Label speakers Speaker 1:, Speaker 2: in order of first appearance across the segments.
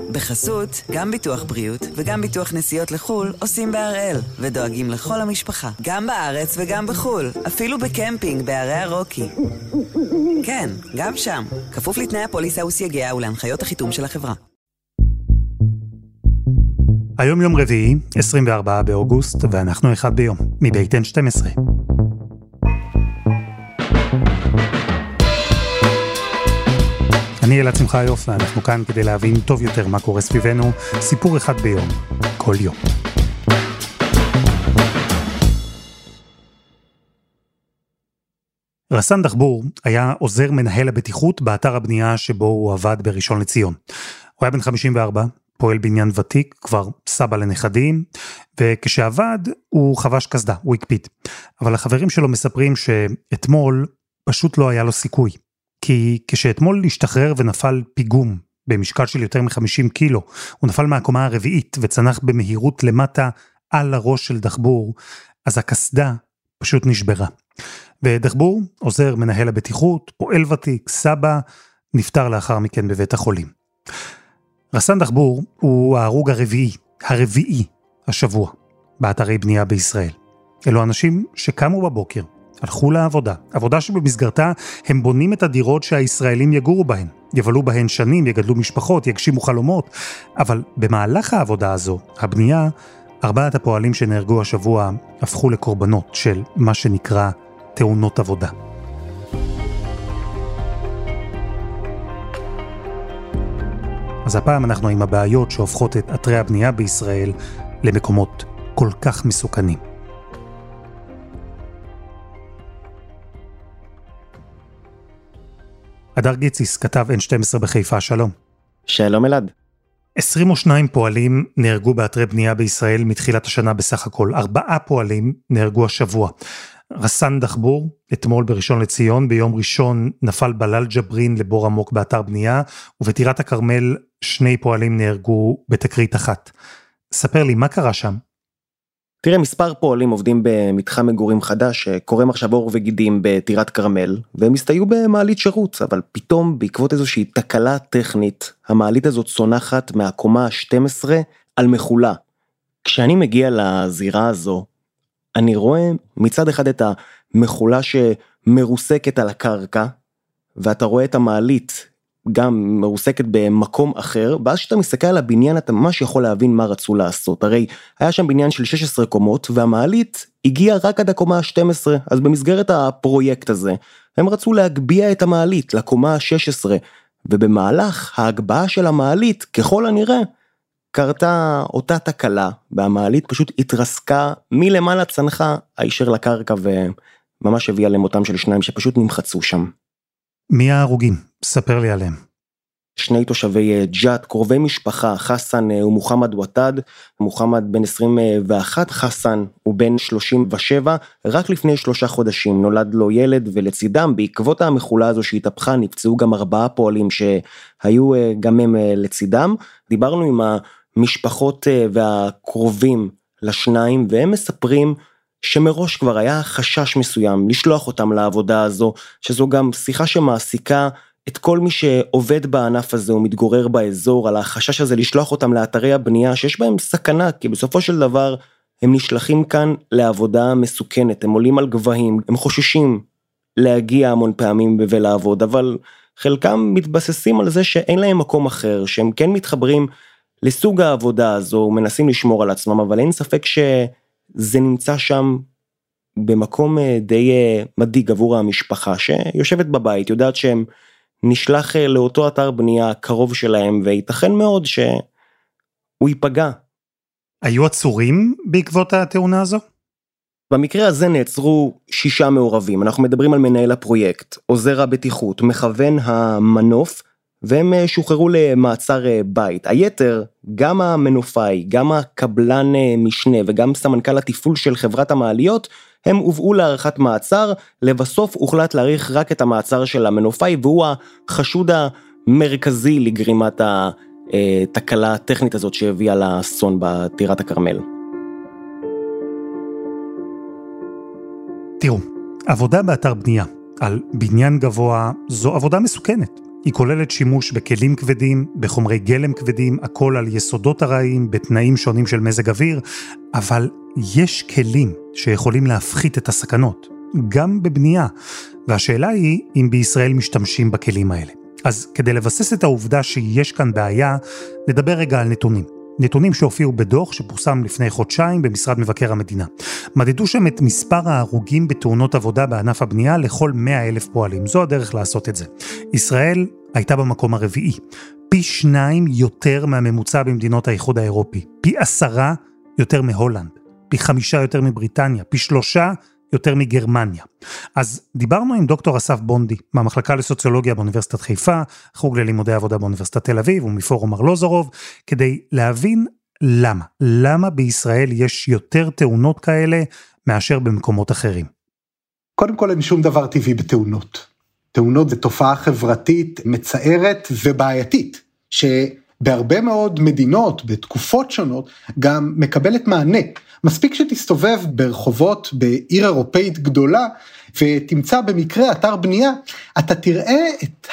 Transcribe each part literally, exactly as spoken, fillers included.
Speaker 1: בחסות, גם ביטוח בריאות וגם ביטוח נסיעות לחול עושים בהראל, ודואגים לכל המשפחה, גם בארץ וגם בחול, אפילו בקמפינג בערי הרוקי. כן, גם שם, כפוף לתנאי הפוליסה וסייגיה ולהנחיות החיתום של החברה.
Speaker 2: היום יום רביעי, עשרים וארבעה באוגוסט, ואנחנו אחד ביום, מבית אן שתים עשרה. אני אלעד שמחה יוף, ואנחנו כאן כדי להבין טוב יותר מה קורה סביבנו, סיפור אחד ביום, כל יום. רסן דחבור היה עוזר מנהל הבטיחות באתר הבנייה שבו הוא עבד בראשון לציון. הוא היה בן חמישים וארבע, פועל בניין ותיק, כבר סבא לנכדים, וכשעבד הוא חבש קסדה, הוא הקפיד. אבל החברים שלו מספרים שאתמול פשוט לא היה לו סיכוי. כי כשאתמול השתחרר ונפל פיגום במשקל של יותר מ-חמישים קילו, הוא נפל מהקומה הרביעית וצנח במהירות למטה על הראש של דחבור, אז הקסדה פשוט נשברה. ודחבור, עוזר מנהל הבטיחות, פועל ותיק, סבא, נפטר לאחר מכן בבית החולים. רסן דחבור הוא ההרוג הרביעי, הרביעי השבוע, באתרי בנייה בישראל. אלו אנשים שקמו בבוקר, הלכו לעבודה, עבודה שבמסגרתה הם בונים את הדירות שהישראלים יגורו בהן, יבלו בהן שנים, יגדלו משפחות, יגשימו חלומות, אבל במהלך העבודה הזו, הבנייה, ארבעת הפועלים שנהרגו השבוע הפכו לקורבנות של מה שנקרא תאונות עבודה. אז הפעם אנחנו עם הבעיות שהופכות את אתרי הבנייה בישראל למקומות כל כך מסוכנים. אדר גיציס, כתב אן שתים עשרה בחיפה, שלום.
Speaker 3: שלום אלעד.
Speaker 2: עשרים ושניים פועלים נהרגו באתרי בנייה בישראל מתחילת השנה בסך הכל. ארבעה פועלים נהרגו השבוע. רסן דחבור, אתמול בראשון לציון, ביום ראשון נפל בלל ג'ברין לבור עמוק באתר בנייה, ובטירת הכרמל שני פועלים נהרגו בתקרית אחת. ספר לי, מה קרה שם?
Speaker 3: תראה, מספר פועלים עובדים במתחם מגורים חדש, שקורם עכשיו אור וגידים בטירת כרמל, והם הסתייעו במעלית שירות, אבל פתאום בעקבות איזושהי תקלה טכנית, המעלית הזאת צונחת מהקומה ה-שתים עשרה על מחולה. כשאני מגיע לזירה הזו, אני רואה מצד אחד את המחולה שמרוסקת על הקרקע, ואתה רואה את המעלית גם מרוסקת במקום אחר, ואז שאתה מסתכל על הבניין אתה ממש יכול להבין מה רצו לעשות. הרי היה שם בניין של שש עשרה קומות, והמעלית הגיעה רק עד הקומה ה-שתים עשרה, אז במסגרת הפרויקט הזה, הם רצו להגביע את המעלית לקומה ה-שש עשרה, ובמהלך ההגבהה של המעלית, ככל הנראה, קרתה אותה תקלה, והמעלית פשוט התרסקה מלמעלה צנחה, הישר לקרקע, וממש הביאה למותם של שניים שפשוט נמחצו שם.
Speaker 2: מי ההרוגים? ספר לי עליהם.
Speaker 3: שני תושבי ג'ת, קרובי משפחה, חסן ומוחמד וטד, מוחמד בן עשרים ואחת, חסן הוא בן שלושים ושבע, רק לפני שלושה חודשים נולד לו ילד, ולצידם בעקבות המחולה הזו שהתהפכה נפצעו גם ארבעה פועלים שהיו גם הם לצידם. דיברנו עם המשפחות והקרובים לשניים, והם מספרים שמראש כבר היה חשש מסוים לשלוח אותם לעבודה הזו, שזו גם שיחה שמעסיקה את כל מי שעובד בענף הזה ומתגורר באזור, על החשש הזה לשלוח אותם לאתרי הבנייה שיש בהם סכנה, כי בסופו של דבר הם נשלחים כאן לעבודה מסוכנת, הם עולים על גבהים, הם חוששים להגיע המון פעמים ולעבוד, אבל חלקם מתבססים על זה שאין להם מקום אחר, שהם כן מתחברים לסוג העבודה הזו ומנסים לשמור על עצמם, אבל אין ספק שזה נמצא שם במקום די מדאיג עבור המשפחה שיושבת בבית, יודעת שהם נשלח לאותו אתר בנייה קרוב שלהם, וייתכן מאוד שהוא ייפגע.
Speaker 2: היו עצורים בעקבות התאונה הזו?
Speaker 3: במקרה הזה נעצרו שישה מעורבים. אנחנו מדברים על מנהל הפרויקט, עוזר הבטיחות, מכוון המנוף, והם שוחררו למעצר בית. היתר, גם המנופאי, גם הקבלן משנה וגם סמנכ"ל התפעול של חברת המעליות, הם הובאו לערכת מעצר. לבסוף הוחלט להאריך רק את המעצר של המנופאי, והוא החשוד המרכזי לגרימת התקלה הטכנית הזאת שהביאה לאסון בטירת הכרמל.
Speaker 2: תראו, עבודה באתר בנייה על בניין גבוה זו עבודה מסוכנת. היא כוללת שימוש בכלים כבדים, בחומרי גלם כבדים, הכל על יסודות הרעיים, בתנאים שונים של מזג אוויר, אבל יש כלים שיכולים להפחית את הסכנות, גם בבנייה, והשאלה היא אם בישראל משתמשים בכלים האלה. אז כדי לבסס את העובדה שיש כאן בעיה, נדבר רגע על נתונים. נתונים שהופיעו בדוח שפורסם לפני חודשיים במשרד מבקר המדינה. מדדו שם את מספר ההרוגים בתאונות עבודה בענף הבנייה לכל מאה אלף פועלים. זו הדרך לעשות את זה. ישראל הייתה במקום הרביעי. פי שניים יותר מהממוצע במדינות האיחוד האירופי. פי עשרה יותר מהולנד. פי חמישה יותר מבריטניה. פי שלושה יותר מגרמניה. אז דיברנו עם דוקטור אסף בונדי, מהמחלקה לסוציולוגיה באוניברסיטת חיפה, חוג ללימודי עבודה באוניברסיטת תל אביב ומפורום ארלוזורוב, כדי להבין למה. למה בישראל יש יותר תאונות כאלה מאשר במקומות אחרים.
Speaker 4: קודם כל אין שום דבר טבעי בתאונות. תאונות זה תופעה חברתית מצערת ובעייתית, שבהרבה מאוד מדינות, בתקופות שונות, גם מקבלת מענה. מספיק שתסתובב ברחובות בעיר אירופאית גדולה, ותמצא במקרה אתר בנייה, אתה תראה את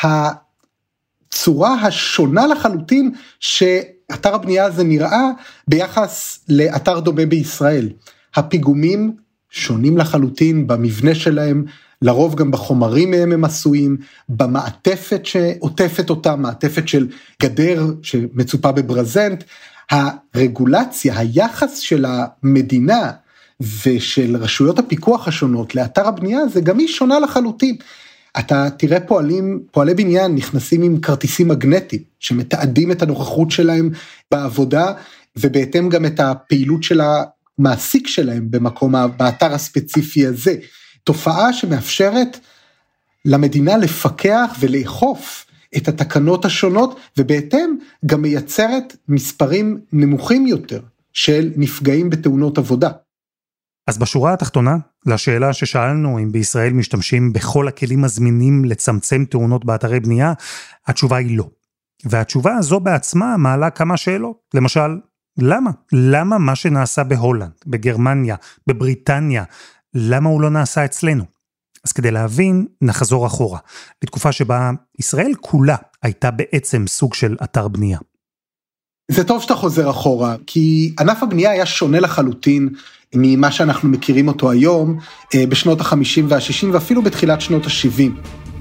Speaker 4: הצורה השונה לחלוטין, שאתר הבנייה הזה נראה ביחס לאתר דומה בישראל. הפיגומים שונים לחלוטין במבנה שלהם, לרוב גם בחומרים מהם הם עשויים, במעטפת שעוטפת אותה, מעטפת של גדר שמצופה בברזנט, הרגולציה, היחס של המדינה ושל רשויות הפיקוח השונות לאתר הבנייה, זה גם היא שונה לחלוטין. אתה תראה פועלים, פועלי בניין נכנסים עם כרטיסים מגנטיים, שמתעדים את הנוכחות שלהם בעבודה, ובהתאם גם את הפעילות של המעסיק שלהם במקום, באתר הספציפי הזה. תופעה שמאפשרת למדינה לפקח ולאכוף את התקנות השונות, ובהתאם גם מייצרת מספרים נמוכים יותר של נפגעים בתאונות עבודה.
Speaker 2: אז בשורה התחתונה, לשאלה ששאלנו אם בישראל משתמשים בכל הכלים הזמינים לצמצם תאונות באתרי בנייה, התשובה היא לא. והתשובה הזו בעצמה מעלה כמה שאלות. למשל, למה? למה מה שנעשה בהולנד, בגרמניה, בבריטניה, למה הוא לא נעשה אצלנו? אז כדי להבין, נחזור אחורה, לתקופה שבה ישראל כולה הייתה בעצם סוג של אתר בנייה.
Speaker 4: זה טוב שאתה חוזר אחורה, כי ענף הבנייה היה שונה לחלוטין ממה שאנחנו מכירים אותו היום, בשנות ה-חמישים וה-שישים ואפילו בתחילת שנות ה-שבעים.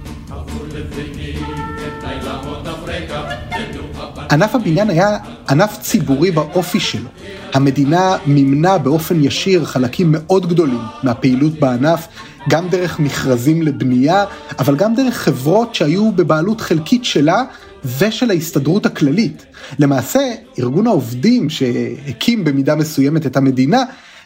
Speaker 4: ענף הבניין היה ענף ציבורי באופי שלו. המדינה מימנה באופן ישיר חלקים מאוד גדולים מהפעילות בענף, גם דרך מכרזים לבנייה, אבל גם דרך חברות שהיו בבעלות חלקית שלה ושל ההסתדרות הכללית. למעשה, ארגון העובדים שהקים במידה מסוימת את המדינה,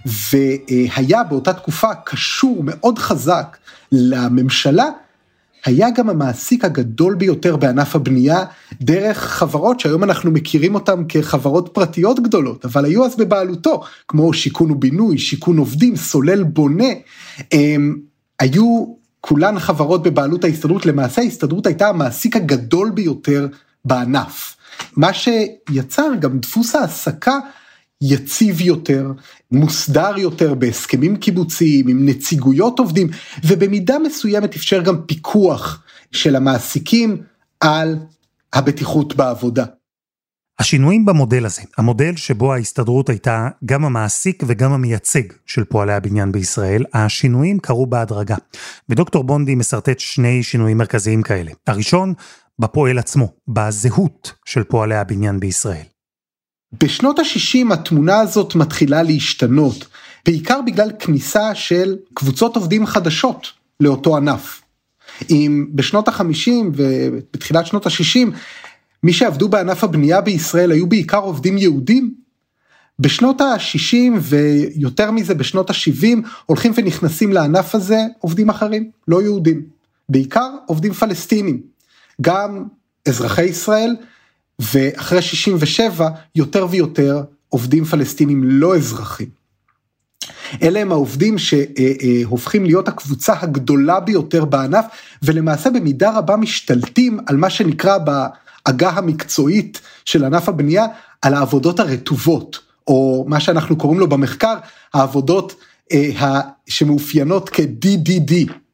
Speaker 4: והיה באותה תקופה קשור מאוד חזק לממשלה, היה גם המעסיק הגדול ביותר בענף הבנייה, דרך חברות שהיום אנחנו מכירים אותן כחברות פרטיות גדולות, אבל היו אז בבעלותו, כמו שיכון ובינוי, שיכון עובדים, סולל בונה, הם, היו כולן חברות בבעלות ההסתדרות, למעשה ההסתדרות הייתה המעסיק הגדול ביותר בענף, מה שיצר גם דפוס העסקה יציב יותר, מוסדר יותר בהסכמים קיבוציים, עם נציגויות עובדים, ובמידה מסוימת אפשר גם פיקוח של המעסיקים על הבטיחות בעבודה.
Speaker 2: השינויים במודל הזה, המודל שבו ההסתדרות הייתה גם המעסיק וגם המייצג של פועלי הבניין בישראל, השינויים קרו בהדרגה. ודוקטור בונדי מסרטט שני שינויים מרכזיים כאלה. הראשון, בפועל עצמו, בזהות של פועלי הבניין בישראל.
Speaker 4: בשנות ה-שישים התמונה הזאת מתחילה להשתנות, בעיקר בגלל כניסה של קבוצות עובדים חדשות לאותו ענף. אם בשנות ה-חמישים ובתחילת שנות ה-שישים, מי שעבדו בענף הבנייה בישראל היו בעיקר עובדים יהודים, בשנות ה-שישים ויותר מזה בשנות ה-שבעים, הולכים ונכנסים לענף הזה עובדים אחרים, לא יהודים, בעיקר עובדים פלסטינים, גם אזרחי ישראל, ואחרי שישים ושבע יותר ויותר עובדים פלסטינים לא אזרחים. אלה הם העובדים שהופכים להיות הקבוצה הגדולה ביותר בענף, ולמעשה במידה רבה משתלטים על מה שנקרא בעגה המקצועית של ענף הבנייה, על העבודות הרטובות, או מה שאנחנו קוראים לו במחקר, העבודות שמאופיינות כ-די די די,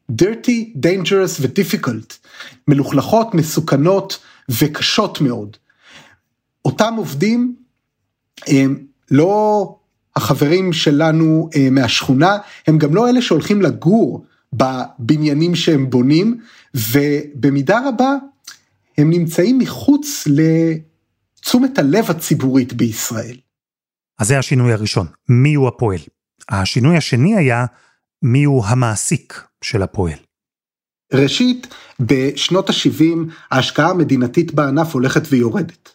Speaker 4: dirty, dangerous ו-difficult, מלוכלכות, מסוכנות וקשות מאוד. אותם עובדים הם לא החברים שלנו מהשכונה, הם גם לא אלה שהולכים לגור בבניינים שהם בונים, ובמידה רבה הם נמצאים מחוץ לתשומת הלב הציבורית בישראל.
Speaker 2: אז זה השינוי הראשון, מי הוא הפועל? השינוי השני היה מי הוא המעסיק של הפועל.
Speaker 4: ראשית, בשנות ה-שבעים ההשקעה המדינתית בענף הולכת ויורדת,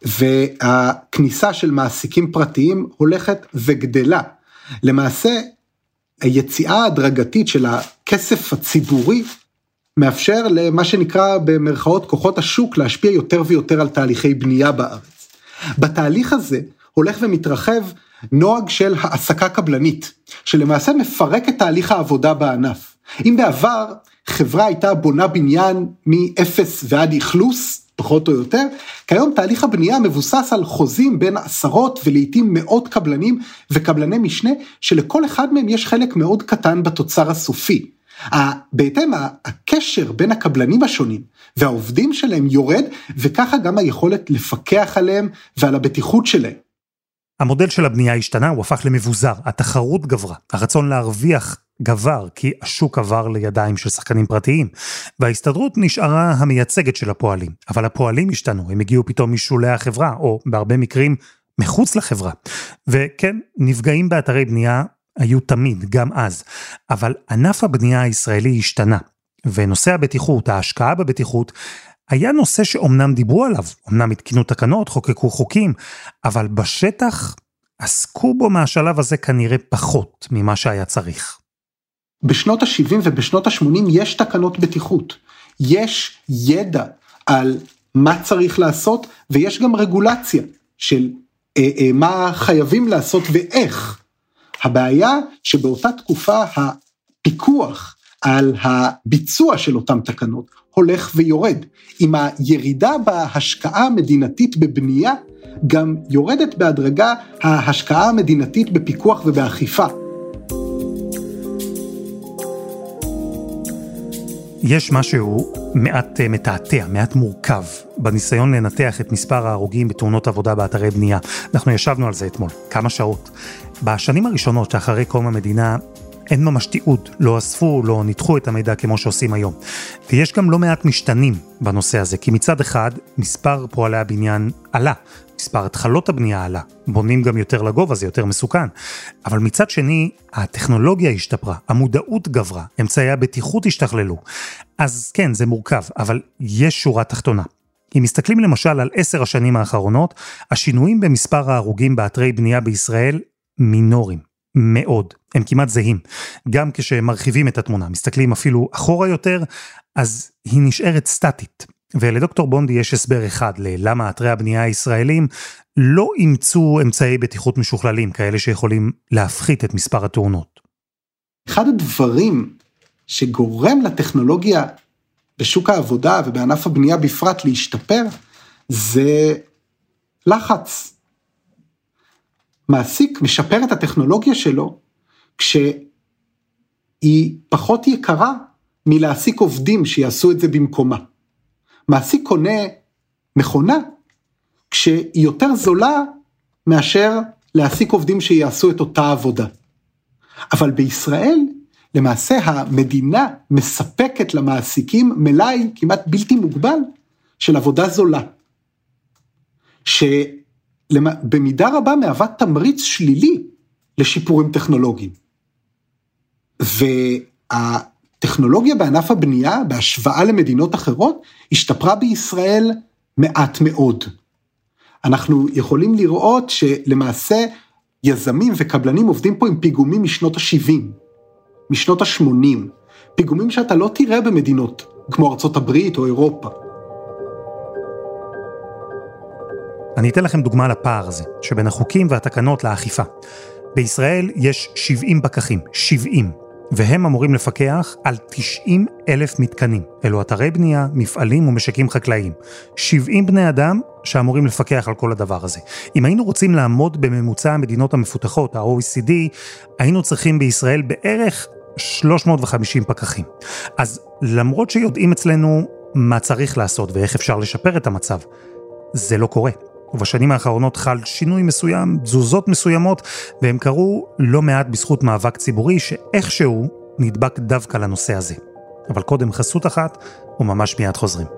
Speaker 4: והכניסה של מעסיקים פרטיים הולכת וגדלה. למעשה, היציאה ההדרגתית של הכסף הציבורי מאפשר למה שנקרא במרכאות כוחות השוק להשפיע יותר ויותר על תהליכי בנייה בארץ. בתהליך הזה הולך ומתרחב נוהג של העסקה קבלנית, שלמעשה מפרק את תהליך העבודה בענף. אם בעבר חברה הייתה בונה בניין מאפס ועד אכלוס, פחות או יותר, כיום תהליך הבנייה מבוסס על חוזים בין עשרות ולעיתים מאות קבלנים וקבלני משנה, שלכל אחד מהם יש חלק מאוד קטן בתוצר הסופי. בהתאם, הקשר בין הקבלנים השונים והעובדים שלהם יורד, וככה גם היכולת לפקח עליהם ועל הבטיחות שלהם.
Speaker 2: המודל של הבנייה השתנה, הוא הפך למבוזר, התחרות גברה, הרצון להרוויח גבר, כי השוק עבר לידיים של שחקנים פרטיים, וההסתדרות נשארה המייצגת של הפועלים, אבל הפועלים השתנו, הם הגיעו פתאום משולי החברה, או בהרבה מקרים מחוץ לחברה, וכן, נפגעים באתרי בנייה היו תמיד, גם אז, אבל ענף הבנייה הישראלי השתנה, ונושא הבטיחות, ההשקעה בבטיחות, היה נושא שאומנם דיברו עליו, אומנם התקינו תקנות, חוקקו חוקים, אבל בשטח עסקו בו מהשלב הזה כנראה פחות ממה שהיה צריך.
Speaker 4: בשנות ה-שבעים ובשנות ה-שמונים יש תקנות בטיחות, יש ידע על מה צריך לעשות, ויש גם רגולציה של אה, אה, מה חייבים לעשות ואיך. הבעיה שבאותה תקופה הפיקוח על הביצוע של אותם תקנות הולך ויורד. עם הירידה בהשקעה המדינתית בבנייה, גם יורדת בהדרגה ההשקעה המדינתית בפיקוח ובאכיפה.
Speaker 2: יש משהו מעט מתעתע, מעט מורכב, בניסיון לנתח את מספר ההרוגים בתאונות עבודה באתרי בנייה. אנחנו ישבנו על זה אתמול, כמה שעות. בשנים הראשונות שאחרי קום המדינה, אין ממש תיעוד, לא אספו, לא ניתחו את המידע כמו שעושים היום. ויש גם לא מעט משתנים בנושא הזה, כי מצד אחד, מספר פועלי הבניין עלה, מספר התחלות הבנייה עלה, בונים גם יותר לגובה, זה יותר מסוכן. אבל מצד שני, הטכנולוגיה השתפרה, המודעות גברה, אמצעי הבטיחות השתכללו. אז כן, זה מורכב, אבל יש שורה תחתונה. אם מסתכלים למשל על עשר השנים האחרונות, השינויים במספר ההרוגים באתרי בנייה בישראל מינורים. מאוד, הם כמעט זהים. גם כשמרחיבים את התמונה, מסתכלים אפילו אחורה יותר, אז היא נשארת סטטית. ולדוקטור בונדי יש הסבר אחד ללמה אתרי הבנייה הישראלים לא אימצו אמצעי בטיחות משוכללים, כאלה שיכולים להפחית את מספר התאונות.
Speaker 4: אחד הדברים שגורם לטכנולוגיה בשוק העבודה ובענף הבנייה בפרט להשתפר, זה לחץ. מעסיק משפר את הטכנולוגיה שלו, כשהיא פחות יקרה מלהעסיק עובדים שיעשו את זה במקומה. מעסיק קונה מכונה, כשהיא יותר זולה מאשר להעסיק עובדים שיעשו את אותה עבודה. אבל בישראל, למעשה המדינה מספקת למעסיקים מלאי כמעט בלתי מוגבל של עבודה זולה. שבמידה רבה מהווה תמריץ שלילי לשיפורים טכנולוגיים. והטכנולוגיה בענף הבנייה, בהשוואה למדינות אחרות, השתפרה בישראל מעט מאוד. אנחנו יכולים לראות שלמעשה יזמים וקבלנים עובדים פה עם פיגומים משנות ה-שבעים, משנות ה-שמונים, פיגומים שאתה לא תראה במדינות כמו ארצות הברית או אירופה.
Speaker 2: אני אתן לכם דוגמה לפער הזה, שבין החוקים והתקנות לאכיפה. בישראל יש שבעים פקחים, שבעים, והם אמורים לפקח על תשעים אלף מתקנים. אלו אתרי בנייה, מפעלים ומשקים חקלאיים. שבעים בני אדם שאמורים לפקח על כל הדבר הזה. אם היינו רוצים לעמוד בממוצע המדינות המפותחות, ה-או אי סי די, היינו צריכים בישראל בערך שלוש מאות וחמישים פקחים. אז למרות שיודעים אצלנו מה צריך לעשות ואיך אפשר לשפר את המצב, זה לא קורה. ובשנים האחרונות חל שינוי מסוים, תזוזות מסוימות, והם קרו לא מעט בזכות מאבק ציבורי שאיכשהו נדבק דווקא לנושא הזה. אבל קודם חסות אחת, וממש מיד חוזרים.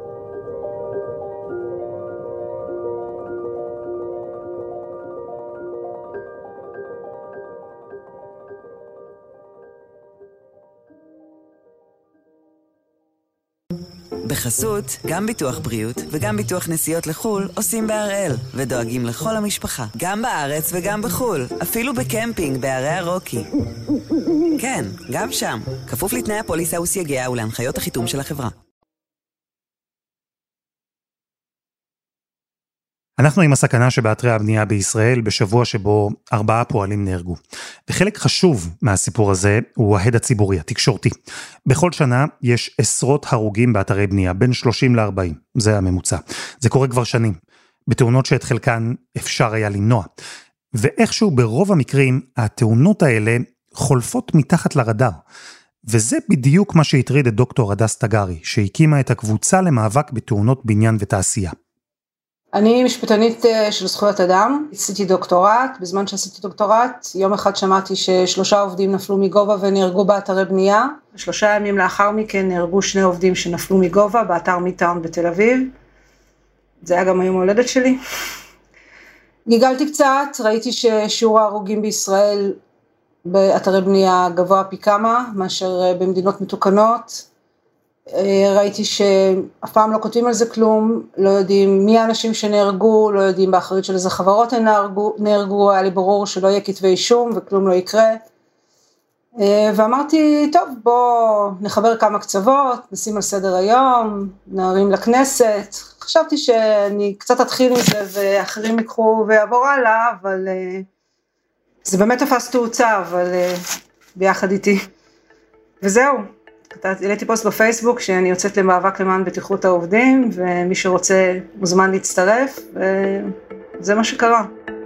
Speaker 1: בחסות, גם ביטוח בריאות וגם ביטוח נסיעות לחול עושים בהראל ודואגים לכל המשפחה, גם בארץ וגם בחול, אפילו בקמפינג בערי הרוקי. כן, גם שם, כפוף לתנאי הפוליסה וסייגיה ולהנחיות החיתום של החברה.
Speaker 2: אנחנו עם הסכנה שבאתרי הבנייה בישראל בשבוע שבו ארבעה פועלים נהרגו. וחלק חשוב מהסיפור הזה הוא ההד הציבורי, התקשורתי. בכל שנה יש עשרות הרוגים באתרי בנייה, בין שלושים לארבעים, זה הממוצע. זה קורה כבר שנים, בתאונות שאת חלקן אפשר היה למנוע. ואיכשהו ברוב המקרים התאונות האלה חולפות מתחת לרדאר. וזה בדיוק מה שהטריד את דוקטור הדס תגרי, שהקימה את הקבוצה למאבק בתאונות בניין ותעשייה.
Speaker 5: אני משפטנית של זכויות אדם, עשיתי דוקטורט, בזמן שעשיתי דוקטורט, יום אחד שמעתי ששלושה עובדים נפלו מגובה ונהרגו באתרי בנייה, שלושה ימים לאחר מכן נהרגו שני עובדים שנפלו מגובה באתר מיטאון בתל אביב, זה היה גם היום ההולדת שלי. גיגלתי קצת, ראיתי ששיעור ההרוגים בישראל באתרי בנייה גבוה פי כמה, מאשר במדינות מתוקנות, ראיתי שאף פעם לא כותבים על זה כלום, לא יודעים מי האנשים שנהרגו, לא יודעים באחריות של איזה חברות הם נהרגו, נהרגו, היה לי ברור שלא יהיה כתבי אישום וכלום לא יקרה. ואמרתי, טוב, בוא נחבר כמה קצוות, נשים על סדר היום, נערים לכנסת. חשבתי שאני קצת אתחיל עם זה ואחרים יקחו ויעבור הלאה, אבל זה באמת תפס תאוצה, אבל ביחד איתי. וזהו. העליתי פוסט בפייסבוק שאני יוצאת למאבק למען בטיחות העובדים, ומי שרוצה מוזמן להצטרף, וזה מה שקרה.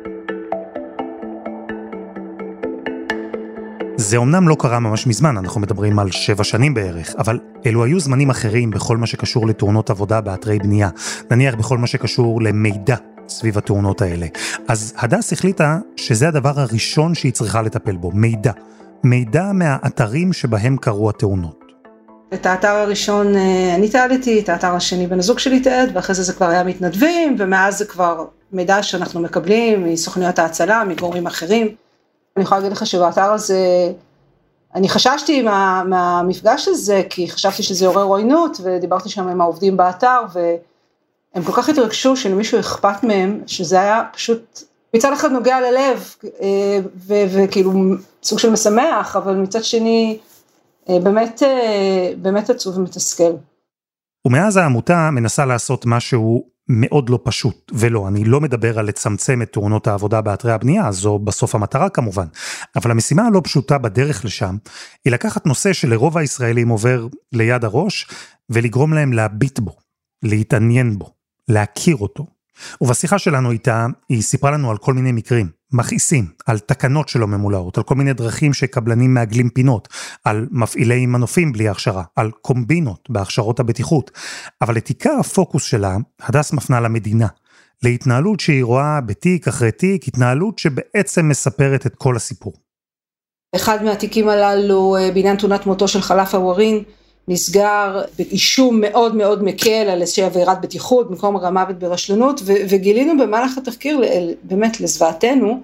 Speaker 2: זה אומנם לא קרה ממש מזמן, אנחנו מדברים על שבע שנים בערך, אבל אלו היו זמנים אחרים בכל מה שקשור לתאונות עבודה באתרי בנייה, נניח בכל מה שקשור למידע סביב התאונות האלה. אז הדס החליטה שזה הדבר הראשון שהיא צריכה לטפל בו, מידע. מידע מהאתרים שבהם קרו התאונות.
Speaker 5: את האתר הראשון אני תעליתי, את האתר השני בן הזוג שלי תעד, ואחרי זה זה כבר היה מתנדבים, ומאז זה כבר מידע שאנחנו מקבלים מסוכנויות ההצלה, מגורמים אחרים. אני יכולה להגיד לך שבאתר הזה, אני חששתי מה, מהמפגש הזה, כי חשבתי שזה יעורר עוינות, ודיברתי שם עם העובדים באתר, והם כל כך התרגשו שלמישהו אכפת מהם, שזה היה פשוט מצד אחד נוגע ללב, וכאילו סוג של משמח, אבל מצד שני, באמת, באמת עצוב ומתסכל.
Speaker 2: ומאז העמותה מנסה לעשות משהו מאוד לא פשוט, ולא, אני לא מדבר על לצמצם את תאונות העבודה באתרי הבנייה, זו בסוף המטרה כמובן, אבל המשימה הלא פשוטה בדרך לשם, היא לקחת נושא שלרוב הישראלים עובר ליד הראש, ולגרום להם להביט בו, להתעניין בו, להכיר אותו. ובשיחה שלנו איתה, היא סיפרה לנו על כל מיני מקרים, מכעיסים, על תקנות שלא ממולאות, על כל מיני דרכים שקבלנים מעגלים פינות, על מפעילי מנופים בלי הכשרה, על קומבינות בהכשרות הבטיחות, אבל את עיקר הפוקוס שלה, הדס מפנה למדינה, להתנהלות שהיא רואה בתיק אחרי תיק, התנהלות שבעצם מספרת את כל הסיפור.
Speaker 5: אחד מהתיקים הללו, בעניין תאונת מותו של חלף הוורין, נסגר באישום מאוד מאוד מקל על איזושהי עבירת בטיחות, במקום המוות ברשלנות, וגילינו במהלך התחקיר, באמת לזוועתנו,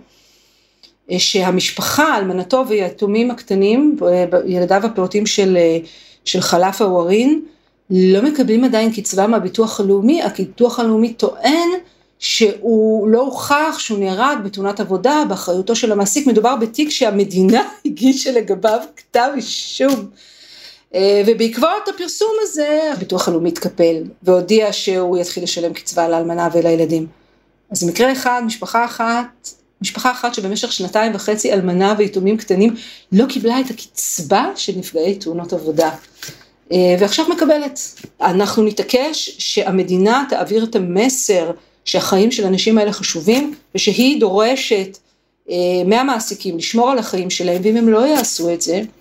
Speaker 5: שהמשפחה, אלמנתו והיתומים הקטנים, ילדיו הפעוטים של, של חלף הוורין, לא מקבלים עדיין קצבה מהביטוח הלאומי, הביטוח הלאומי טוען שהוא לא הוכח שהוא נהרג בתאונת עבודה, באחריותו של המעסיק, מדובר בתיק שהמדינה הגישה לגביו כתב אישום, ובעקבות הפרסום הזה, הביטוח הלאומי התקפל, והודיע שהוא יתחיל לשלם קצבה לאלמנה ולילדים. אז מקרה אחד, משפחה אחת, משפחה אחת שבמשך שנתיים וחצי אלמנה ויתומים קטנים, לא קיבלה את הקצבה של נפגעי תאונות עבודה. ועכשיו מקבלת. אנחנו נתעקש שהמדינה תעביר את המסר שהחיים של האנשים האלה חשובים, ושהיא דורשת מהמעסיקים לשמור על החיים שלהם, ואם הם לא יעשו את זה,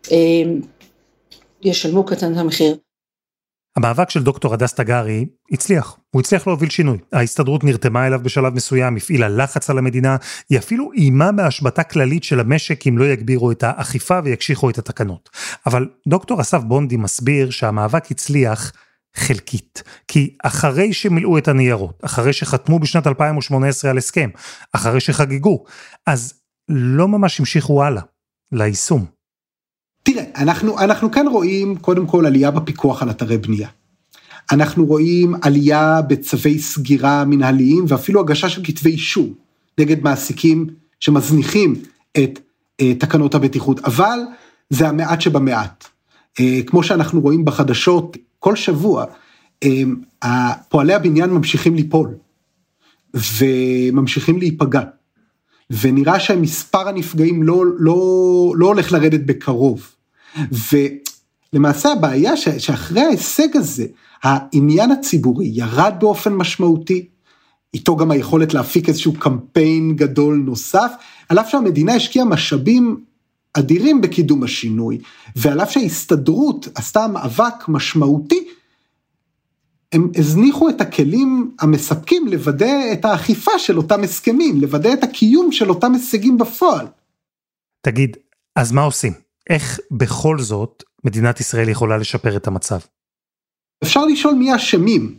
Speaker 5: ישלמו קטן את המחיר.
Speaker 2: המאבק של דוקטור הדס תגרי הצליח, הוא הצליח להוביל שינוי. ההסתדרות נרתמה אליו בשלב מסוים, הפעילה לחץ על המדינה, היא אפילו אימה בהשבתה כללית של המשק אם לא יגבירו את האכיפה ויקשיחו את התקנות. אבל דוקטור אסף בונדי מסביר שהמאבק הצליח חלקית, כי אחרי שמילאו את הניירות, אחרי שחתמו בשנת אלפיים ושמונה עשרה על הסכם, אחרי שחגגו, אז לא ממש המשיכו הלאה, ליישום.
Speaker 4: תראה, אנחנו, אנחנו כאן רואים קודם כל עלייה בפיקוח על אתרי בנייה. אנחנו רואים עלייה בצווי סגירה מנהליים, ואפילו הגשה של כתבי אישום, נגד מעסיקים שמזניחים את אה, תקנות הבטיחות, אבל זה המעט שבמעט. אה, כמו שאנחנו רואים בחדשות, כל שבוע, אה, פועלי הבניין ממשיכים ליפול, וממשיכים להיפגע. ונראה שמספר הנפגעים לא, לא, לא הולך לרדת בקרוב. ולמעשה הבעיה שאחרי ההישג הזה, העניין הציבורי ירד באופן משמעותי, איתו גם היכולת להפיק איזשהו קמפיין גדול נוסף, על אף שהמדינה השקיעה משאבים אדירים בקידום השינוי, ועל אף שההסתדרות עשתה מאבק משמעותי, הם הזניחו את הכלים המספקים לוודא את האכיפה של אותם הסכמים, לוודא את הקיום של אותם הישגים בפועל.
Speaker 2: תגיד, אז מה עושים? איך בכל זאת מדינת ישראל יכולה לשפר את המצב?
Speaker 4: אפשר לשאול מי האשמים,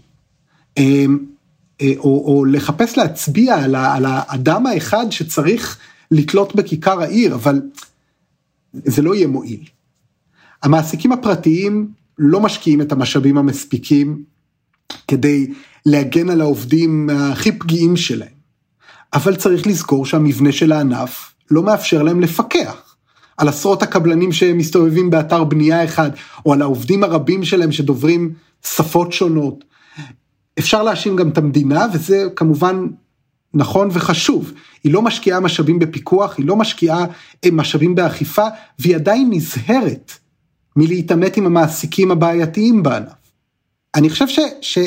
Speaker 4: או, או לחפש להצביע על, על האדם האחד שצריך לתלות בכיכר העיר, אבל זה לא יהיה מועיל. המעסיקים הפרטיים לא משקיעים את המשאבים המספיקים, כדי להגן על העובדים הכי פגיעים שלהם. אבל צריך לזכור שהמבנה של הענף לא מאפשר להם לפקח על עשרות הקבלנים שמסתובבים באתר בנייה אחד, או על העובדים הרבים שלהם שדוברים שפות שונות. אפשר להאשים גם את המדינה, וזה כמובן נכון וחשוב. היא לא משקיעה משאבים בפיקוח, היא לא משקיעה משאבים באכיפה, והיא עדיין נזהרת מלהתעמת עם המעסיקים הבעייתיים בענף. אני חושב ש, ש...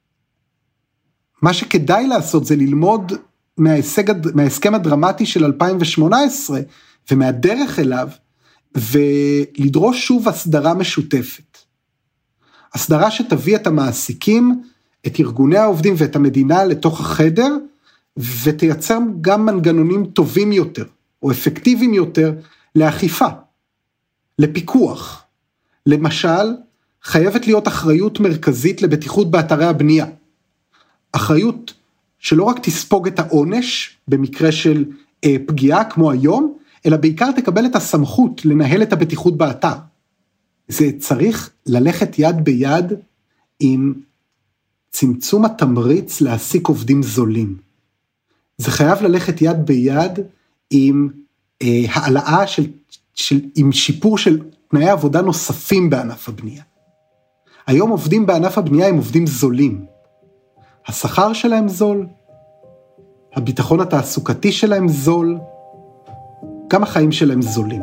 Speaker 4: מה שכדאי לעשות זה ללמוד מההישג, מההסכם הדרמטי של אלפיים ושמונה עשרה, ומהדרך אליו, ולדרוש שוב הסדרה משותפת. הסדרה שתביא את המעסיקים, את ארגוני העובדים ואת המדינה לתוך החדר, ותייצר גם מנגנונים טובים יותר, או אפקטיביים יותר, לאכיפה, לפיקוח. למשל, חייבת להיות אחריות מרכזית לבטיחות באתרי הבנייה. אחריות שלא רק תספוג את העונש, במקרה של אה, פגיעה כמו היום, אלא בעיקר תקבל את הסמכות לנהל את הבטיחות באתר. זה צריך ללכת יד ביד עם צמצום התמריץ להעסיק עובדים זולים. זה חייב ללכת יד ביד עם אה, העלאה של, של, עם שיפור של תנאי עבודה נוספים בענף הבנייה. היום עובדים בענף הבנייה הם עובדים זולים. השכר שלהם זול, הביטחון התעסוקתי שלהם זול, גם החיים שלהם זולים.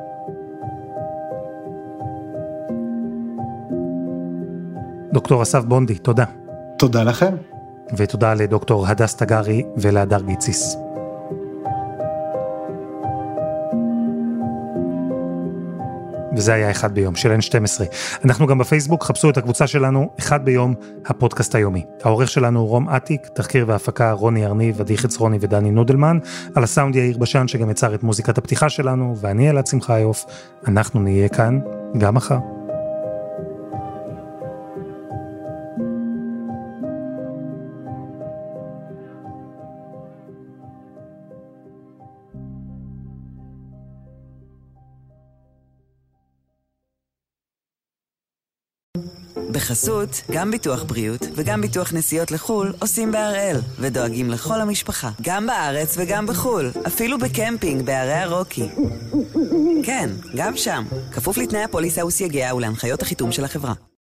Speaker 2: דוקטור אסף בונדי, תודה.
Speaker 4: תודה לכם.
Speaker 2: ותודה לדוקטור הדס תגרי ולהדר גיציס. וזה היה אחד ביום של אן שתים עשרה. אנחנו גם בפייסבוק, חפשו את הקבוצה שלנו, אחד ביום, הפודקאסט היומי. העורך שלנו רום עתיק, תחקיר והפקה רוני ארניב, עדי חצרוני ודני נודלמן, על הסאונד יאיר בשן שגם יצר את מוזיקת הפתיחה שלנו, ואני אלעד שמחיוף, אנחנו נהיה כאן גם מחר.
Speaker 1: בחסות, גם ביטוח בריאות וגם ביטוח נסיעות לחול עושים בהראל ודואגים לכל המשפחה, גם בארץ וגם בחול, אפילו בקמפינג בערי הרוקי. כן, גם שם, כפוף לתנאי הפוליסה וסייגיה ולהנחיות החיתום של החברה.